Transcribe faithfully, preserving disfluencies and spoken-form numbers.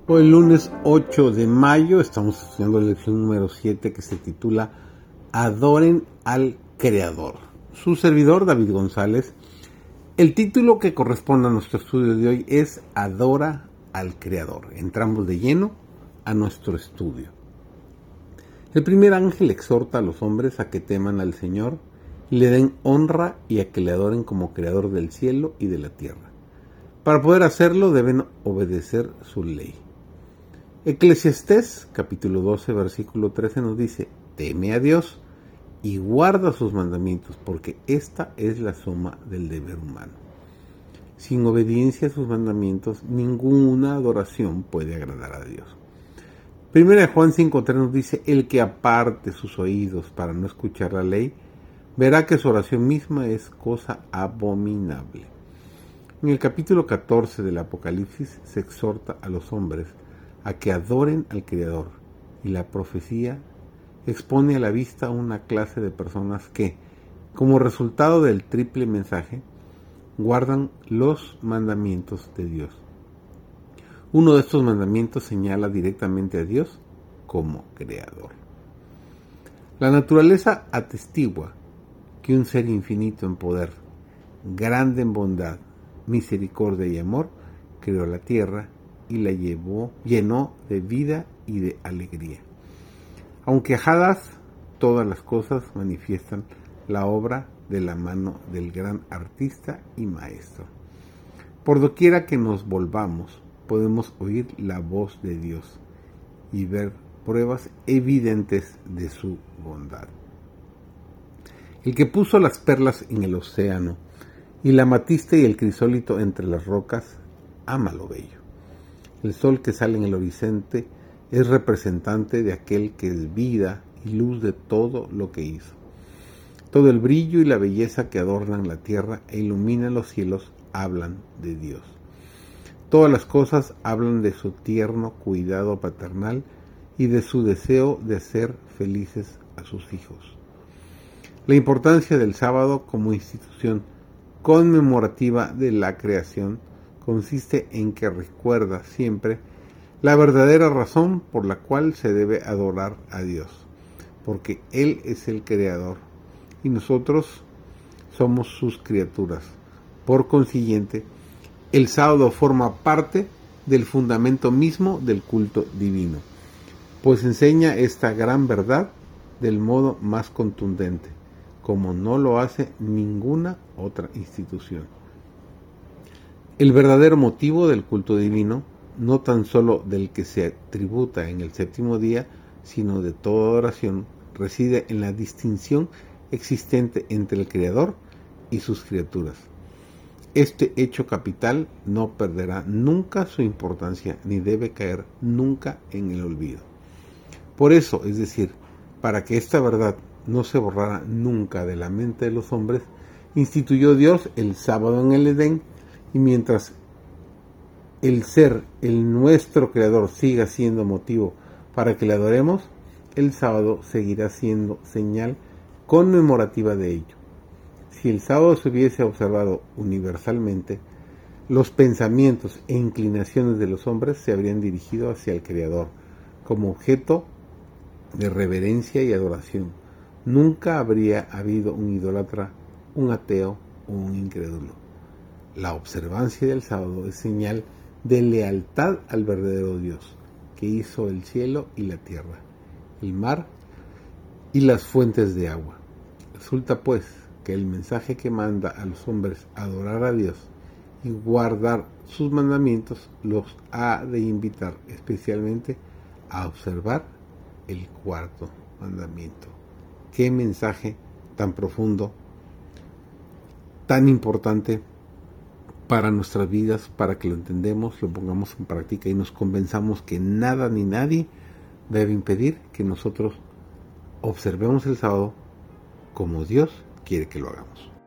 Hoy lunes ocho de mayo estamos estudiando la lección número siete que se titula Adoren al Creador. Su servidor David González. El título que corresponde a nuestro estudio de hoy es Adora al Creador. Entramos de lleno a nuestro estudio. El primer ángel exhorta a los hombres a que teman al Señor y le den honra y a que le adoren como Creador del cielo y de la tierra. Para poder hacerlo deben obedecer su ley. Eclesiastés capítulo doce versículo trece nos dice: teme a Dios y guarda sus mandamientos, porque esta es la suma del deber humano. Sin obediencia a sus mandamientos, ninguna adoración puede agradar a Dios. Primera de Juan cinco tres nos dice: el que aparte sus oídos para no escuchar la ley, verá que su oración misma es cosa abominable. En el capítulo catorce del Apocalipsis se exhorta a los hombres a que adoren al Creador, y la profecía expone a la vista una clase de personas que, como resultado del triple mensaje, guardan los mandamientos de Dios. Uno de estos mandamientos señala directamente a Dios como Creador. La naturaleza atestigua que un ser infinito en poder, grande en bondad, misericordia y amor, creó la tierra y la llevó, llenó de vida y de alegría. Aunque ajadas, todas las cosas manifiestan la obra de la mano del gran artista y maestro. Por doquiera que nos volvamos, podemos oír la voz de Dios y ver pruebas evidentes de su bondad. El que puso las perlas en el océano y la amatista y el crisólito entre las rocas, ama lo bello. El sol que sale en el horizonte es representante de aquel que es vida y luz de todo lo que hizo. Todo el brillo y la belleza que adornan la tierra e iluminan los cielos hablan de Dios. Todas las cosas hablan de su tierno cuidado paternal y de su deseo de hacer felices a sus hijos. La importancia del sábado como institución conmemorativa de la creación consiste en que recuerda siempre la verdadera razón por la cual se debe adorar a Dios, porque Él es el Creador y nosotros somos sus criaturas. Por consiguiente, el sábado forma parte del fundamento mismo del culto divino, pues enseña esta gran verdad del modo más contundente, como no lo hace ninguna otra institución. El verdadero motivo del culto divino, no tan solo del que se tributa en el séptimo día, sino de toda oración, reside en la distinción existente entre el Creador y sus criaturas. Este hecho capital no perderá nunca su importancia ni debe caer nunca en el olvido. Por eso, es decir, para que esta verdad no se borrara nunca de la mente de los hombres, instituyó Dios el sábado en el Edén, y mientras el ser, el nuestro Creador, siga siendo motivo para que le adoremos, el sábado seguirá siendo señal conmemorativa de ello. Si el sábado se hubiese observado universalmente, los pensamientos e inclinaciones de los hombres se habrían dirigido hacia el Creador como objeto de reverencia y adoración. Nunca habría habido un idólatra, un ateo o un incrédulo. La observancia del sábado es señal de lealtad al verdadero Dios, que hizo el cielo y la tierra, el mar y las fuentes de agua. Resulta pues que el mensaje que manda a los hombres a adorar a Dios y guardar sus mandamientos los ha de invitar especialmente a observar el cuarto mandamiento. Qué mensaje tan profundo, tan importante para nuestras vidas, para que lo entendamos, lo pongamos en práctica y nos convenzamos que nada ni nadie debe impedir que nosotros observemos el sábado como Dios quiere que lo hagamos.